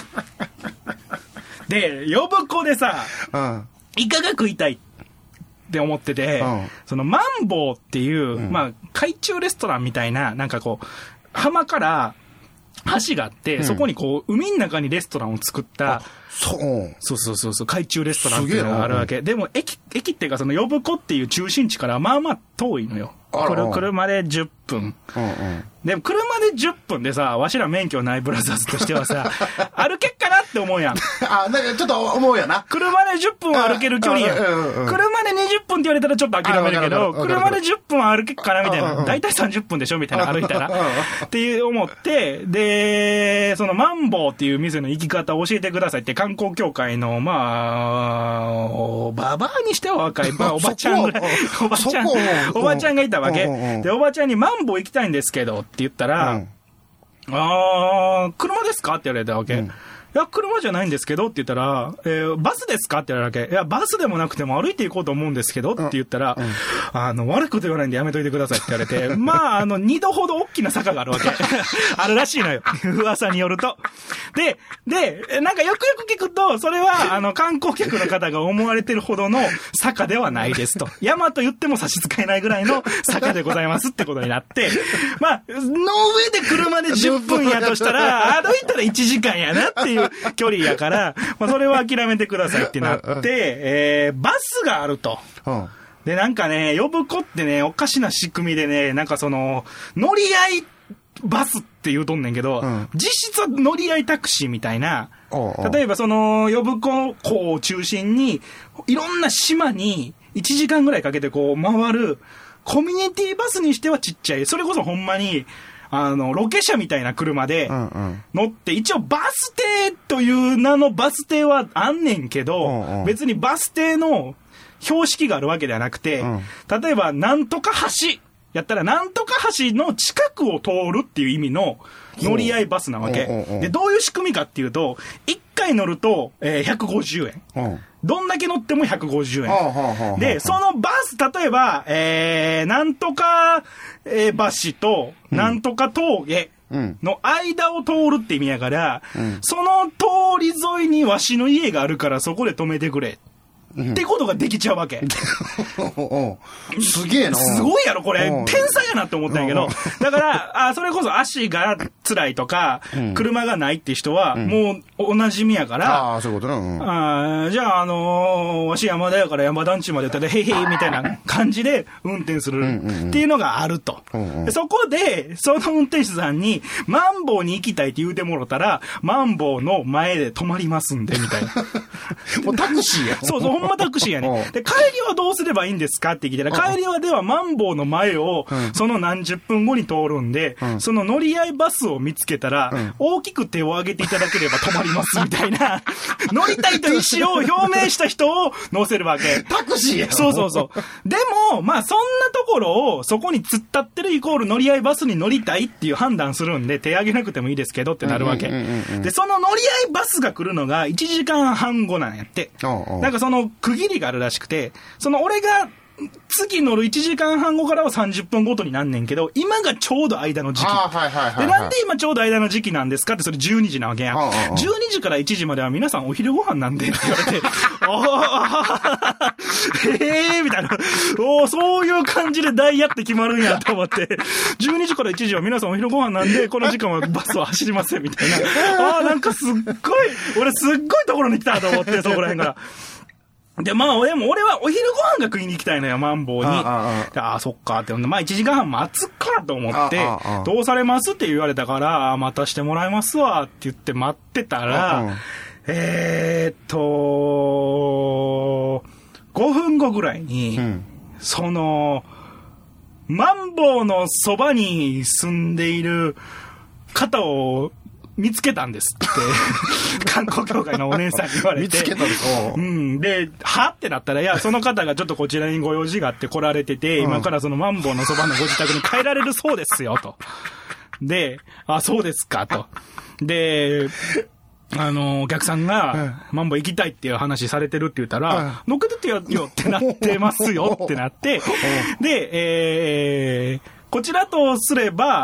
で、呼子でさ、イカが食いたいって思ってて、そのマンボウっていう、まあ、海中レストランみたいな、なんかこう、浜から橋があって、そこにこう、海の中にレストランを作った、そう、海中レストランっていうのがあるわけ。でも、駅っていうか、その呼子っていう中心地からまあまあ遠いのよ。車で10分。でも、車で10分でさ、わしら免許ないブラザーズとしてはさ、歩けっかなって思うやん。 なんかちょっと思うやな。 車で10分歩ける距離やん。車で20分って言われたらちょっと諦めるけど、車で10分歩けっかなみたいな。だいたい30分でしょみたいな、歩いたら。って思って、で、そのマンボウっていう店の行き方を教えてくださいって観光協会の、まあ、ババアにしては若い、まあ、おばちゃんぐらい、おばちゃんがいたわけ。で、おばちゃんにマンボウ行きたいんですけどって言ったら、車ですかって言われたわけ。いや、車じゃないんですけどって言ったら、バスですかって言われたわけ。いや、バスでもなくても歩いて行こうと思うんですけどって言ったら、悪いこと言わないんでやめといてくださいって言われて、まあ、2度ほど大きな坂があるわけ。あるらしいのよ。噂によると。で、なんかよくよく聞くと、それは、観光客の方が思われてるほどの坂ではないですと。山と言っても差し支えないぐらいの坂でございますってことになって、まあ、の上で車で10分やとしたら、歩いたら1時間やなっていう距離やから、まあ、それは諦めてくださいってなって、バスがあると。で、なんかね、呼子ってね、おかしな仕組みでね、なんかその、乗り合いバスって言うとんねんけど、実質は乗り合いタクシーみたいな、例えばその、呼子港を中心に、いろんな島に1時間ぐらいかけてこう回る、コミュニティバスにしてはちっちゃい。それこそほんまに、ロケ車みたいな車で乗って、一応バス停という名のバス停はあんねんけど、別にバス停の標識があるわけではなくて、例えばなんとか橋やったらなんとか橋の近くを通るっていう意味の乗り合いバスなわけ。で、どういう仕組みかっていうと、1回乗ると、150円。どんだけ乗っても150円。で、そのバス、例えば、なんとか、橋と、なんとか峠の間を通るって意味やから、その通り沿いにわしの家があるからそこで止めてくれ。ってことができちゃうわけ。 すげえな。 すごいやろ、これ。天才やなって思ったんやけど。だから、それこそ足が辛いとか、車がないって人は、もうお馴染みやから、 そういうことな。 じゃあ、わし山田やから山田んちまで行ったら、へいへいみたいな感じで運転するっていうのがあると。そこで、その運転手さんに、マンボウに行きたいって言うてもろたら、マンボウの前で止まりますんで、みたいな。 もうタクシーや。 そうそう、ほんまタクシーやね。で、帰りはどうすればいいんですかって聞いたら、帰りはではマンボウの前を、その何十分後に通るんで、その乗り合いバスを見つけたら、大きく手を挙げていただければ止まりますみたいな、乗りたいと意思を表明した人を乗せるわけ。 タクシーや。 そうそうそう。でも、まあそんなところを、そこに突っ立ってるイコール乗り合いバスに乗りたいっていう判断するんで、手挙げなくてもいいですけどってなるわけ。で、その乗り合いバスが来るのが1時間半後なんやって。なんかその区切りがあるらしくて、その俺が次乗る1時間半後からは30分ごとになんねんけど、今がちょうど間の時期。で、なんで今ちょうど間の時期なんですかって、それ12時なわけやん。12時から1時までは皆さんお昼ご飯なんでって言われて、みたいな。そういう感じでダイヤって決まるんやと思って、12時から1時は皆さんお昼ご飯なんで、この時間はバスは走りませんみたいな。なんかすっごい、俺すっごいところに来たと思って、そこら辺から。で、まあ、俺はお昼ご飯が食いに行きたいのよ、マンボウに。そっかって。まあ、1時間半待つかと思って、どうされますって言われたから、待たしてもらいますわって言って待ってたら、5分後ぐらいに、その、マンボウのそばに住んでいる方を、見つけたんですって観光協会のお姉さんに言われて、 見つけたんです。 で、はってなったら、いや、その方がちょっとこちらにご用事があって来られてて、今からそのマンボウのそばのご自宅に帰られるそうですよと。で、そうですかと。で、お客さんが、マンボウ行きたいっていう話されてるって言ったら、乗っけてってよってなってますよってなって、で、こちらとすれば、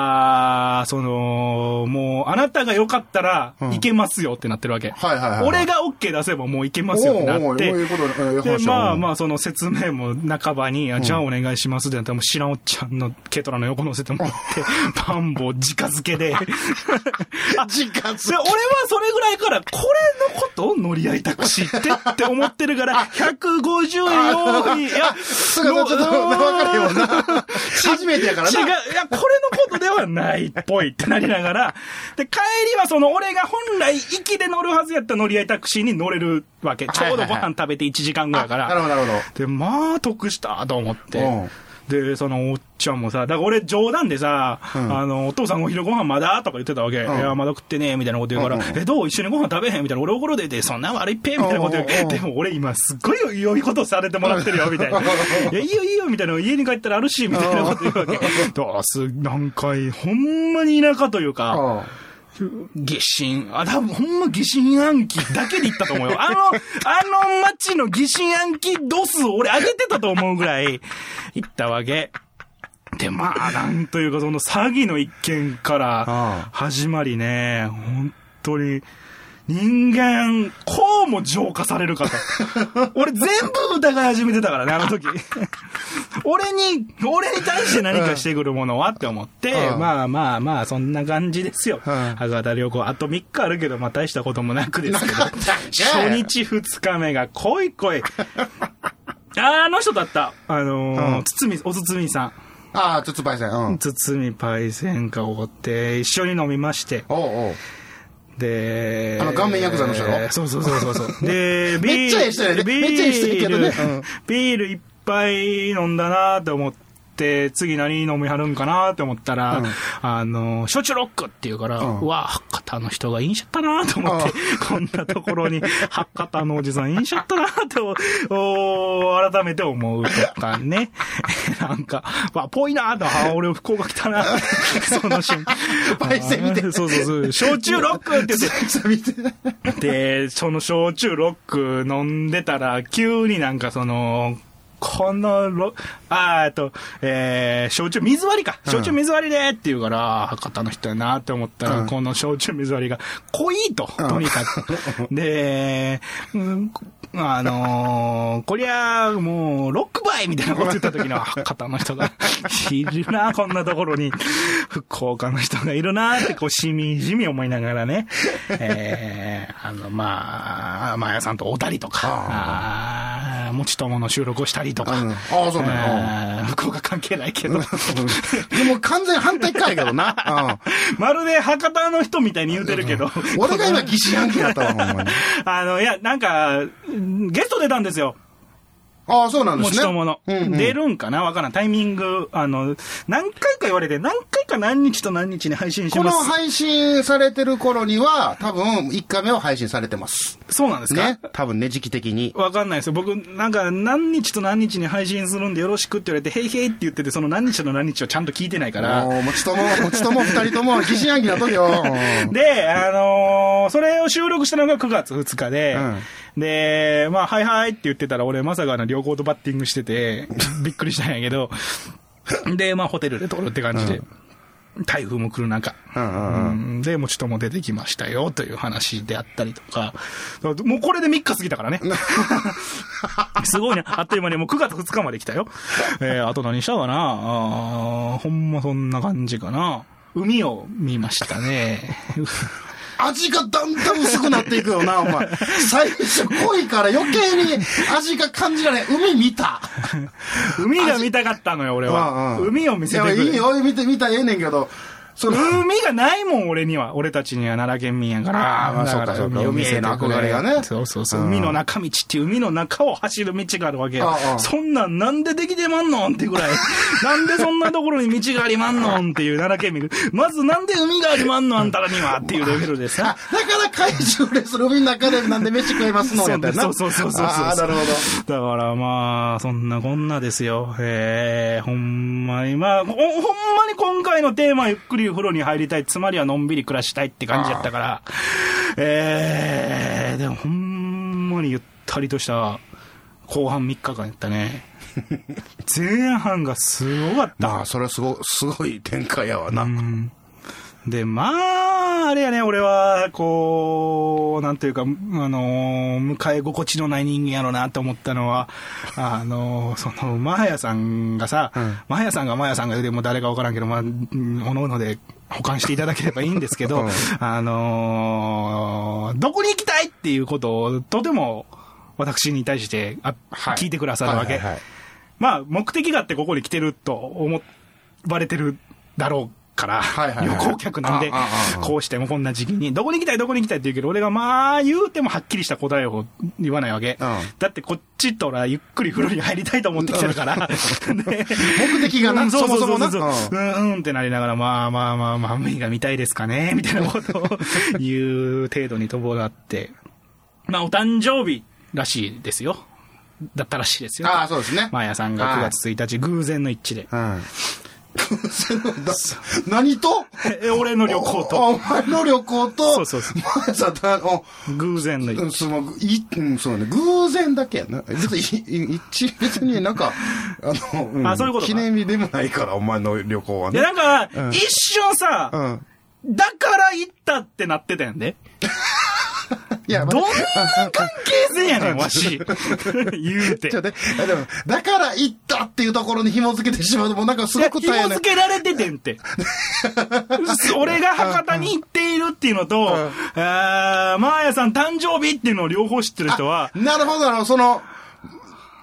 もう、あなたがよかったら、いけますよってなってるわけ。俺が OK 出せばもういけますよってなって、で、まあ、その説明も半ばに、じゃあお願いしますってなったら、もう知らんおっちゃんの軽トラの横乗せてもらって、マンボウ直付けで。 直付け。 俺はそれぐらいから、これのこと乗り合いタクシーって思ってるから、150円用意。いや、 ちょっとわかるよな。初めてやからな。 違う。いや、これのことではないっぽいってなりながら、で、帰りはその俺が本来行きで乗るはずやった乗り合いタクシーに乗れるわけ。ちょうどご飯食べて1時間ぐらいから。 なるほど、なるほど。 で、まあ、得したと思って。で、そのおっちゃんもさ、だから俺冗談でさ、お父さんお昼ご飯まだとか言ってたわけ。いや、まだ食ってねえ、みたいなこと言うから、どう一緒にご飯食べへんみたいな、俺怒るで、そんな悪いっぺみたいなこと言う。でも俺今すっごい良いことされてもらってるよ、みたいな。いや、いいよいいよ、みたいな、家に帰ったらあるし、みたいなこと言うわけ。なんか、ほんまに田舎というか、疑心、多分ほんま疑心暗鬼だけで言ったと思うよ。街の疑心暗鬼度数俺上げてたと思うぐらい言ったわけ。で、まあ、なんというかその詐欺の一件から始まりね、本当に、人間、こうも浄化されるかと。俺全部疑い始めてたからね、あの時。俺に対して何かしてくるものはって思って、まあ、そんな感じですよ。博多旅行、あと3日あるけど、まあ大したこともなくですけど。初日2日目が来い。あの人だった。おつつみさん。 ああ、堤パイセン。うん。 堤パイセンかおごって、一緒に飲みまして。 おう。 で、 顔面ヤクザの人やろ？ そう。で、 めっちゃいい人やね。めっちゃいい人やけどね。 ビールいっぱい飲んだなと思って、次何飲みはるんかなって思ったら、焼酎ロックって言うから、うわ、博多の人がいいんしゃったなと思って、こんなところに博多のおじさんいいんしゃったなと、改めて思うとかね。なんか、ぽいなと、俺福岡来たなその瞬間。 パイセン見て。 そう。焼酎ロックって言って。で、その焼酎ロック飲んでたら、急になんかこの焼酎水割りか。焼酎水割りでって言うから、博多の人やなって思ったら、この焼酎水割りが濃いと、とにかく。で、こりゃ、もう、ロックバイみたいなこと言った時の博多の人がいるな、こんなところに。福岡の人がいるなって、しみじみ思いながらね。マヤさんとおたりとか、もちともの収録をしたりとか。 ああ、そうね。 福岡関係ないけど。 でも完全反対かやけどな。 まるで博多の人みたいに言うてるけど。 俺が今疑心暗鬼やったわ、ほんまに。 いや、なんか、ゲスト出たんですよ。 ああ、そうなんですね。 もちともの。出るんかなわからん。タイミング、何回か言われて、何回か何日と何日に配信します。 この配信されてる頃には、多分、1回目は配信されてます。 そうなんですかね。多分ね、時期的に。 わかんないですよ。僕、なんか、何日と何日に配信するんでよろしくって言われて、へいへいって言ってて、その何日と何日をちゃんと聞いてないから。 もちとも2人とも疑心暗鬼な時よ。 で、それを収録したのが9月2日で、で、はいって言ってたら、俺、まさかの旅行とバッティングしてて、びっくりしたんやけど、で、ホテルで撮るって感じで、台風も来る中、で、もちとも出てきましたよ、という話であったりとか、もうこれで3日過ぎたからね。すごいね。あっという間にもう9月2日まで来たよ。あと何したかなほんまそんな感じかな。海を見ましたね。 味がだんだん薄くなっていくよな、お前。最初濃いから余計に味が感じられん。海見た。 海が見たかったのよ、俺は。海を見せてくれ。 いいよ、見たらええねんけど。 海がないもん、俺たちには奈良県民やから。 そうか。海への憧れがね。 そう。海の中道っていう海の中を走る道があるわけよ。そんなんでできてまんのんってぐらい。なんでそんなところに道がありまんのんっていう奈良県民。まずなんで海がありまんのあんたらにはっていうレベルでさ。 だから怪獣レスル海の中でなんで飯食えますのやったな。 そう。 ああ、なるほど。 だからそんなこんなですよ。ほんまにほんまに今回のテーマゆっくり風呂に入りたい、つまりはのんびり暮らしたいって感じやったから、でもほんまにゆったりとした後半3日間やったね。前半がすごかった。 それはすごい展開やわな。 で、あれやね、俺は、なんていうか、迎え心地のない人間やろなって思ったのは、マーヤさんがさ、マーヤさんが言うても誰かわからんけど、おのおので保管していただければいいんですけど、どこに行きたいっていうことを、とても、私に対して、聞いてくださるわけ。目的があってここに来てると思われてるだろう。旅行客なんで、こうしてもこんな時期に、どこに行きたいって言うけど、俺が言うてもはっきりした答えを言わないわけ。だってこっちとらゆっくり風呂に入りたいと思ってきてるから。 目的がな、そもそもな。 ってなりながら、海が見たいですかねみたいなことを言う程度に伴って、お誕生日らしいですよ。だったらしいですよ。 そうですね。 マーヤさんが9月1日、偶然の一致で。 何と俺の旅行と。 お前の旅行と。 そう。偶然の一致。そうね。偶然だけやな。別になんか、 そういうこと記念日でもないから、お前の旅行はね。 なんか、一瞬さ、だから行ったってなってたやんで。どんな関係性やねん、わし。言うて。 でも、だから行ったっていうところに紐付けてしまうと、もうなんかすごく大変。 紐付けられててんって。俺が博多に行っているっていうのと、マーヤさん誕生日っていうのを両方知ってる人は。 なるほど、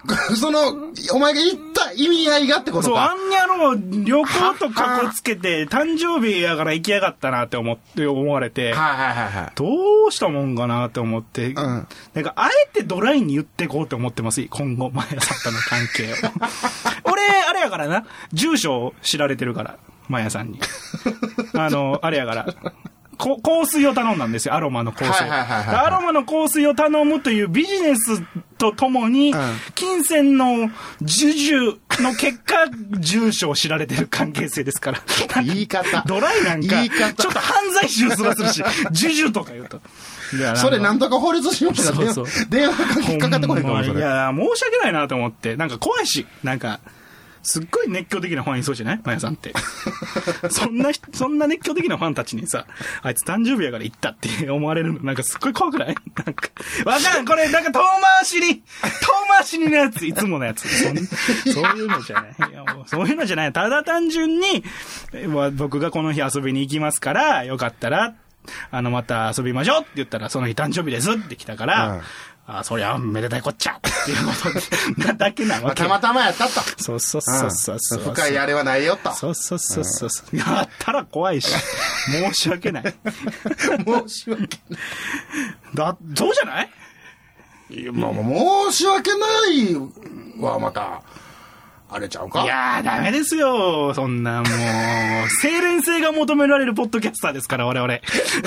お前が言った意味合いがってことか。 そう、あんにゃの旅行とかこつけて、誕生日やから行きやがったなって思われて、どうしたもんかなって思って、なんか、あえてドライに言ってこうって思ってます、今後、マヤさんとの関係を。俺、あれやからな、住所を知られてるから、マヤさんに。あれやから。香水を頼んだんですよ、アロマの香水。アロマの香水を頼むというビジネスとともに、金銭の授受の結果、住所を知られてる関係性ですから。 言い方。 ドライなんか、ちょっと犯罪集すらするし、授受とか言うと。 それなんとか法律しようかな。電話かかってこないかもしれない。 いや、申し訳ないなと思って、なんか怖いし、なんか、すっごい熱狂的なファンいそうじゃないマヤさんって。そんな熱狂的なファンたちにさ、あいつ誕生日やから行ったって思われるの、なんかすっごい怖くないなんか、わかんこれ、なんか遠回しにのやつ、いつものやつ。そういうのじゃない。いやもうそういうのじゃない。ただ単純に、僕がこの日遊びに行きますから、よかったら、また遊びましょうって言ったら、その日誕生日ですって来たから、そりゃめでたいこっちゃっていうことだけなわけ。 たまたまやったと。 そう。 深いあれはないよと。 そう。やったら怖いし、申し訳ない。 申し訳ない。 そうじゃない？ 申し訳ないはまた、あれちゃうか？ いやー、ダメですよ。そんな、もう、清廉性が求められるポッドキャスターですから、我々。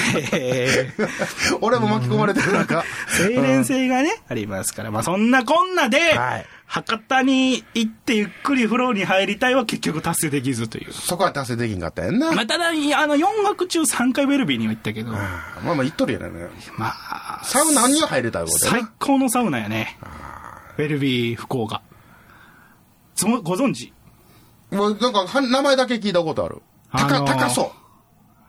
俺も巻き込まれてる中。 清廉性がね、ありますから。まあ、そんなこんなで、博多に行ってゆっくり風呂に入りたいは結局達成できずという。 そこは達成できんかったやんな。 まあ、ただ、4泊中3回ベルビーには行ったけど。 行っとるやね。 まあ、 サウナには入れたいことやな。 最高のサウナやね。ベルビー福岡。ご存知？ もうなんか名前だけ聞いたことある。高そう。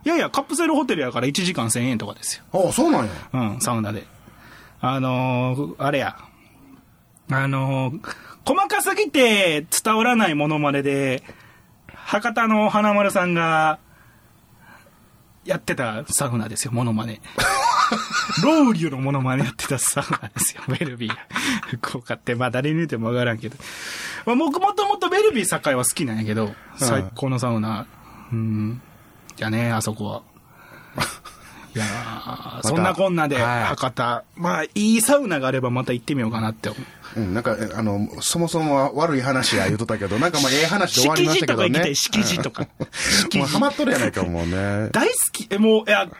いや、カプセルホテルやから1時間1000円とかですよ。 ああ、そうなんや。 サウナで。あれや。細かすぎて伝わらないものまねで、博多の花丸さんがやってたサウナですよ、モノマネ。ロウリュのモノマネやってたサウナですよ、ベルビー。福岡って、まあ誰に言うてもわからんけど。まあ僕もともとベルビー境は好きなんやけど、最高のサウナ。やね、あそこは。いやー、そんなこんなで、博多。まあいいサウナがあればまた行ってみようかなって思う。 なんか、そもそもは悪い話や言うとったけど、なんかまあええ話で終わりましたけどね。 敷地とか行きたい、敷地とか。 もうハマっとるやないか、もうね。 大好き、もう、いや、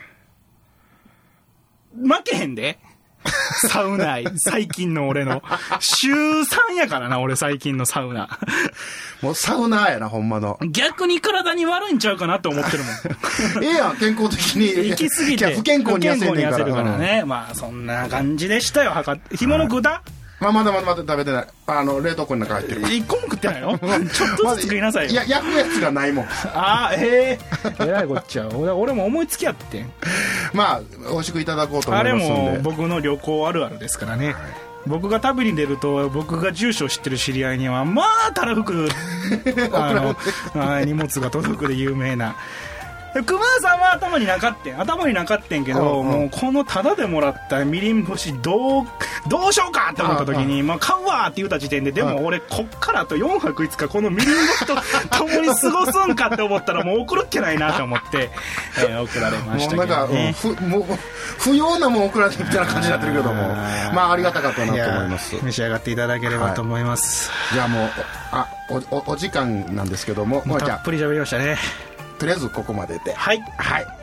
負けへんで。サウナ、最近の俺の。週3やからな、俺最近のサウナ。 もうサウナーやな、ほんまの。 逆に体に悪いんちゃうかなって思ってるもん。 ええやん、健康的に。 行き過ぎて。 不健康に痩せるからね。まあ、そんな感じでしたよ、紐の具だまだ食べてない。冷凍庫の中入ってる。 一個も食ってないのちょっとずつ食いなさいよ。 いや、焼くやつがないもん。 えらいこっちゃ。俺も思いつきやってん。 まあ、美味しくいただこうと思いますんで。 あれも僕の旅行あるあるですからね。僕が旅に出ると、僕が住所を知ってる知り合いには、まあ、たらふく、荷物が届くで有名な。熊田さんは頭になかってんけど、もうこのタダでもらったみりん干しどうしようかって思った時に、まあ買うわって言った時点で、でも俺こっからあと4泊5日このみりん干しと共に過ごすんかって思ったらもう送るっけないなと思って、送られましたけどね。 もう不要なもん送られてみたいな感じになってるけども、まあありがたかったなと思います。 召し上がっていただければと思います。 じゃあもうお時間なんですけども、 たっぷり喋りましたね。 とりあえずここまでで。 はい。